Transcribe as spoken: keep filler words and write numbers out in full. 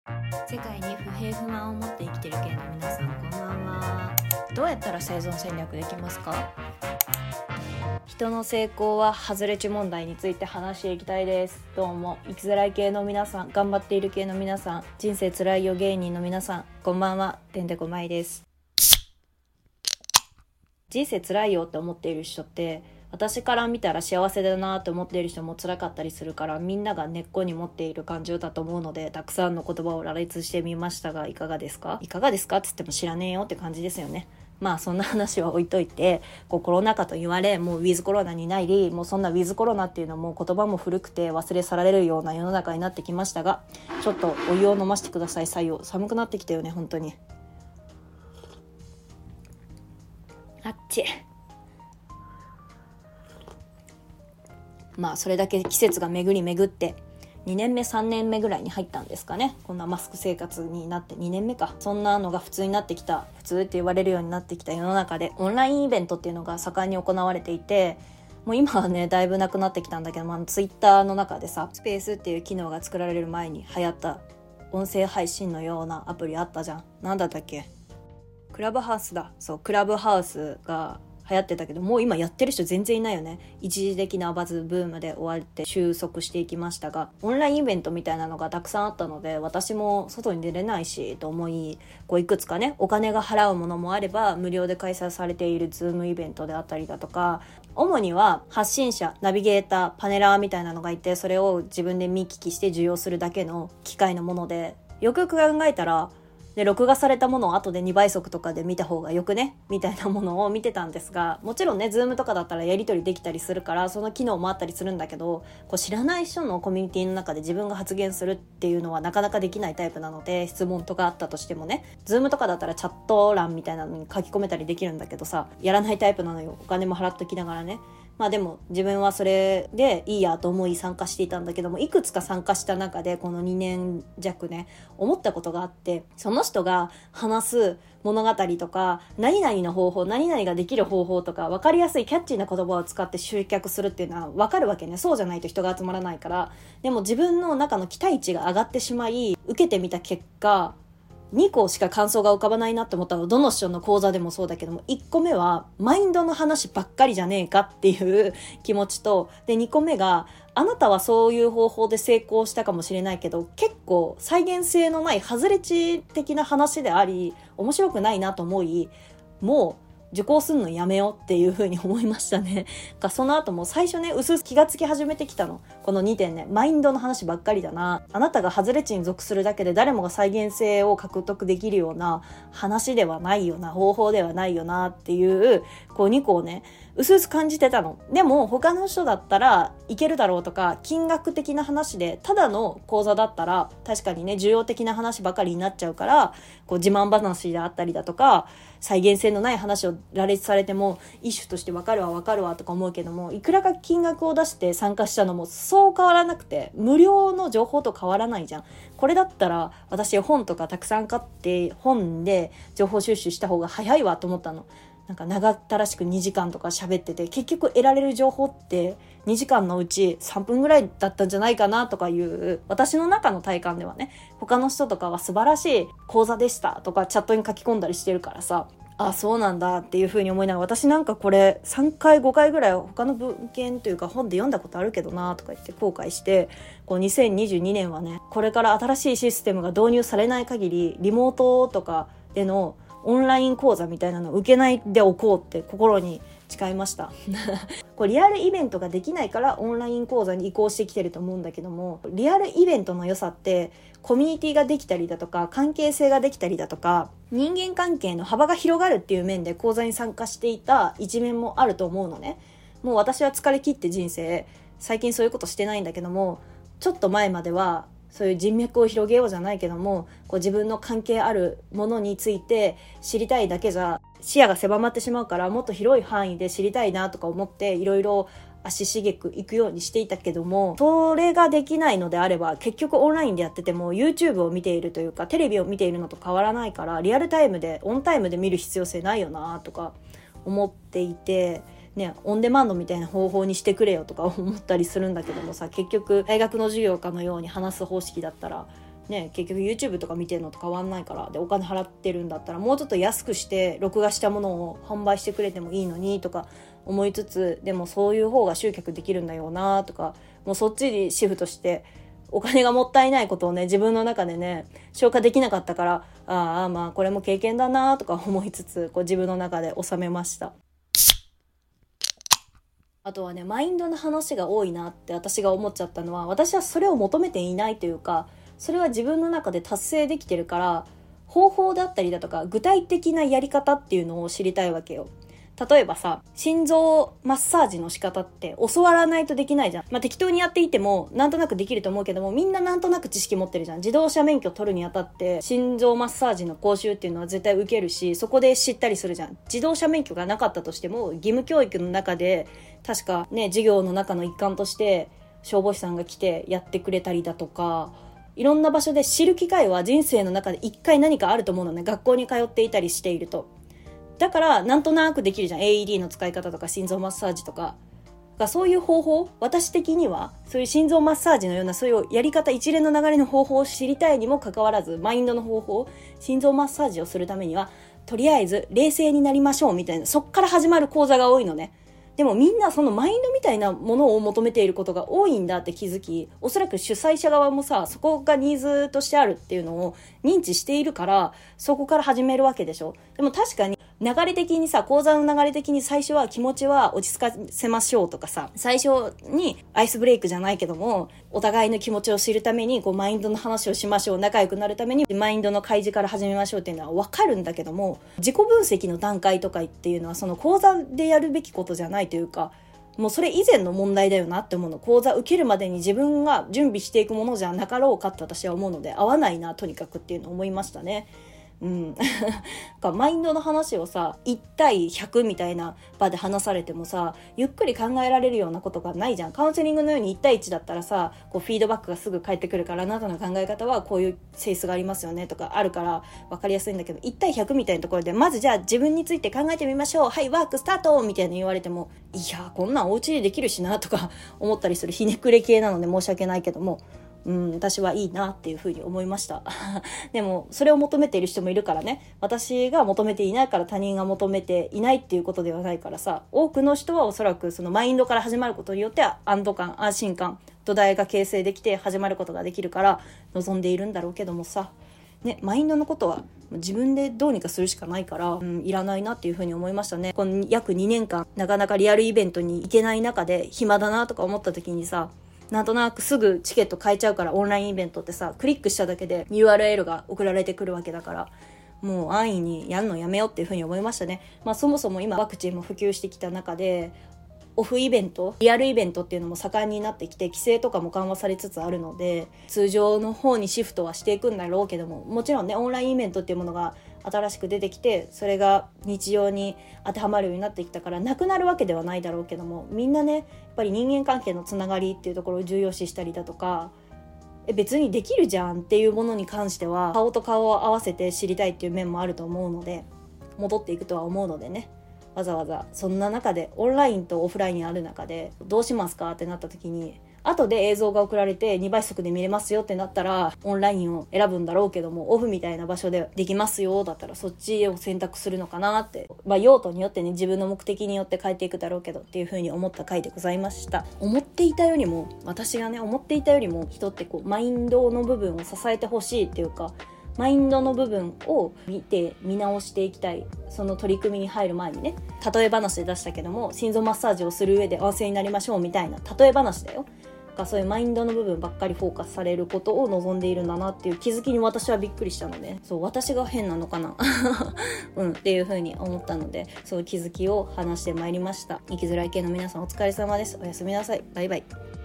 世界に不平不満を持って生きてる系の皆さん、こんばんは。どうやったら生存戦略できますか？人の成功は外れ値問題について話していきたいです。どうも、生きづらい系の皆さん、頑張っている系の皆さん、人生つらいよ芸人の皆さん、こんばんは。てんてこまいです。人生つらいよって思っている人って、私から見たら幸せだなと思っている人も辛かったりするから、みんなが根っこに持っている感情だと思うので、たくさんの言葉を羅列してみましたが、いかがですかいかがですかって言っても知らねえよって感じですよね。まあそんな話は置いといて、こうコロナ禍と言われ、もうウィズコロナになり、もうそんなウィズコロナっていうのも言葉も古くて忘れ去られるような世の中になってきましたが、ちょっとお湯を飲ませてください。採用寒くなってきたよね、本当に。あっち。まあそれだけ季節が巡り巡ってにねんめさんねんめぐらいに入ったんですかね。こんなマスク生活になってにねんめか。そんなのが普通になってきた、普通って言われるようになってきた世の中で、オンラインイベントっていうのが盛んに行われていて、もう今はねだいぶなくなってきたんだけど、まあ、ツイッターの中でさ、スペースっていう機能が作られる前に流行った音声配信のようなアプリあったじゃん。なんだったっけ？クラブハウスだ。そう、クラブハウスが流行ってたけど、もう今やってる人全然いないよね。一時的なバズブームで終わって収束していきましたが、オンラインイベントみたいなのがたくさんあったので、私も外に出れないしと思い、こういくつかね、お金が払うものもあれば無料で開催されているズームイベントであったりだとか、主には発信者、ナビゲーター、パネラーみたいなのがいて、それを自分で見聞きして受容するだけの機械のもので、よくよく考えたらで録画されたものを後でにばい速とかで見た方がよくねみたいなものを見てたんですが、もちろんねズームとかだったらやり取りできたりするから、その機能もあったりするんだけど、こう知らない人のコミュニティの中で自分が発言するっていうのはなかなかできないタイプなので、質問とかあったとしてもね、ズームとかだったらチャット欄みたいなのに書き込めたりできるんだけどさ、やらないタイプなのよ。お金も払っときながらね。まあでも自分はそれでいいやと思い参加していたんだけども、いくつか参加した中でこのにねん弱ね思ったことがあって、その人が話す物語とか何々の方法、何々ができる方法とか分かりやすいキャッチーな言葉を使って集客するっていうのは分かるわけね。そうじゃないと人が集まらないから。でも自分の中の期待値が上がってしまい、受けてみた結果にこしか感想が浮かばないなって思ったの。どの人の講座でもそうだけども、いっこめはマインドの話ばっかりじゃねえかっていう気持ちと、でにこめがあなたはそういう方法で成功したかもしれないけど、結構再現性のない外れ値的な話であり面白くないなと思い、もう受講するのやめようっていう風に思いましたね。がその後も最初ね、うすうす気がつき始めてきたの。このにてんね、マインドの話ばっかりだな。あなたが外れ値に属するだけで誰もが再現性を獲得できるような話ではないよな、方法ではないよなっていう、こうにこをね、うすうす感じてたの。でも他の人だったらいけるだろうとか、金額的な話で、ただの講座だったら確かにね、需要的な話ばかりになっちゃうから、こう自慢話であったりだとか、再現性のない話を羅列されても一種として分かるわ分かるわとか思うけども、いくらか金額を出して参加したのもそう変わらなくて、無料の情報と変わらないじゃん。これだったら私本とかたくさん買って本で情報収集した方が早いわと思ったの。なんか長ったらしくにじかんとか喋ってて、結局得られる情報ってにじかんのうちさんぷんぐらいだったんじゃないかなとかいう、私の中の体感ではね。他の人とかは素晴らしい講座でしたとかチャットに書き込んだりしてるからさ、あ、そうなんだっていう風に思いながら、私なんかこれさんかいごかいぐらい他の文献というか本で読んだことあるけどなとか言って後悔して、こうにせんにじゅうにねんはね、これから新しいシステムが導入されない限りリモートとかでのオンライン講座みたいなのを受けないでおこうって心に誓いましたこうリアルイベントができないからオンライン講座に移行してきてると思うんだけども、リアルイベントの良さってコミュニティができたりだとか、関係性ができたりだとか、人間関係の幅が広がるっていう面で講座に参加していた一面もあると思うのね。もう私は疲れ切って人生、最近そういうことしてないんだけども、ちょっと前まではそういう人脈を広げようじゃないけども、こう自分の関係あるものについて知りたいだけじゃ視野が狭まってしまうから、もっと広い範囲で知りたいなとか思っていろいろ足しげく行くようにしていたけども、それができないのであれば結局オンラインでやってても YouTube を見ているというかテレビを見ているのと変わらないから、リアルタイムでオンタイムで見る必要性ないよなとか思っていてね、オンデマンドみたいな方法にしてくれよとか思ったりするんだけどもさ、結局大学の授業かのように話す方式だったらね、結局 YouTube とか見てるのと変わんないから、でお金払ってるんだったらもうちょっと安くして録画したものを販売してくれてもいいのにとか思いつつ、でもそういう方が集客できるんだよなとか、もうそっちにシフトしてお金がもったいないことをね自分の中でね消化できなかったから、ああまあこれも経験だなとか思いつつ、こう自分の中で収めました。あとはね、マインドの話が多いなって私が思っちゃったのは、私はそれを求めていないというか、それは自分の中で達成できてるから、方法だったりだとか具体的なやり方っていうのを知りたいわけよ。例えばさ、心臓マッサージの仕方って教わらないとできないじゃん。まあ、適当にやっていてもなんとなくできると思うけども、みんななんとなく知識持ってるじゃん。自動車免許取るにあたって心臓マッサージの講習っていうのは絶対受けるし、そこで知ったりするじゃん。自動車免許がなかったとしても義務教育の中で確かね、授業の中の一環として消防士さんが来てやってくれたりだとか、いろんな場所で知る機会は人生の中で一回何かあると思うのね。学校に通っていたりしていると。だからなんとなくできるじゃん。 エーイーディー の使い方とか心臓マッサージとかが、そういう方法、私的にはそういう心臓マッサージのようなそういうやり方、一連の流れの方法を知りたいにもかかわらず、マインドの方法、心臓マッサージをするためにはとりあえず冷静になりましょうみたいな、そっから始まる講座が多いのね。でもみんなそのマインドみたいなものを求めていることが多いんだって気づき、おそらく主催者側もさ、そこがニーズとしてあるっていうのを認知しているから、そこから始めるわけでしょ。でも確かに流れ的にさ、講座の流れ的に最初は気持ちは落ち着かせましょうとかさ、最初にアイスブレイクじゃないけども、お互いの気持ちを知るためにこうマインドの話をしましょう、仲良くなるためにマインドの開示から始めましょうっていうのは分かるんだけども、自己分析の段階とかっていうのはその講座でやるべきことじゃないというか、もうそれ以前の問題だよなって思うの。講座受けるまでに自分が準備していくものじゃなかろうかって私は思うので、合わないなとにかくっていうのを思いましたね。うん、マインドの話をさいち対ひゃくみたいな場で話されてもさ、ゆっくり考えられるようなことがないじゃん。カウンセリングのようにいち対いちだったらさ、こうフィードバックがすぐ返ってくるから、あなたの考え方はこういう性質がありますよねとかあるから分かりやすいんだけど、いち対ひゃくみたいなところでまずじゃあ自分について考えてみましょう、はいワークスタートみたいな言われても、いやこんなんお家でできるしなとか思ったりするひねくれ系なので申し訳ないけども、うん、私はいいなっていうふうに思いましたでもそれを求めている人もいるからね。私が求めていないから他人が求めていないっていうことではないからさ、多くの人はおそらくそのマインドから始まることによって安堵感、安心感、土台が形成できて始まることができるから望んでいるんだろうけどもさ、ね、マインドのことは自分でどうにかするしかないから、うん、いらないなっていうふうに思いましたね。この約にねんかんなかなかリアルイベントに行けない中で暇だなとか思った時にさ、なんとなくすぐチケット買えちゃうから、オンラインイベントってさクリックしただけで ユーアールエル が送られてくるわけだから、もう安易にやるのやめようっていうふうに思いましたね。まあそもそも今ワクチンも普及してきた中でオフイベント、リアルイベントっていうのも盛んになってきて、規制とかも緩和されつつあるので、通常の方にシフトはしていくんだろうけども、もちろんねオンラインイベントっていうものが新しく出てきて、それが日常に当てはまるようになってきたからなくなるわけではないだろうけども、みんなねやっぱり人間関係のつながりっていうところを重要視したりだとか、え別にできるじゃんっていうものに関しては顔と顔を合わせて知りたいっていう面もあると思うので、戻っていくとは思うのでね、わざわざそんな中でオンラインとオフラインある中でどうしますかってなった時に、後で映像が送られてにばい速で見れますよってなったらオンラインを選ぶんだろうけども、オフみたいな場所でできますよだったらそっちを選択するのかなって、まあ用途によってね自分の目的によって変えていくだろうけどっていう風に思った回でございました。思っていたよりも私がね思っていたよりも人ってこうマインドの部分を支えてほしいっていうか、マインドの部分を見て見直していきたい。その取り組みに入る前にね、例え話で出したけども、心臓マッサージをする上で安静になりましょうみたいな例え話だよが、そういうマインドの部分ばっかりフォーカスされることを望んでいるんだなっていう気づきに私はびっくりしたので、そう私が変なのかなうんっていう風に思ったので、そういう気づきを話してまいりました。生きづらい系の皆さんお疲れ様です。おやすみなさい。バイバイ。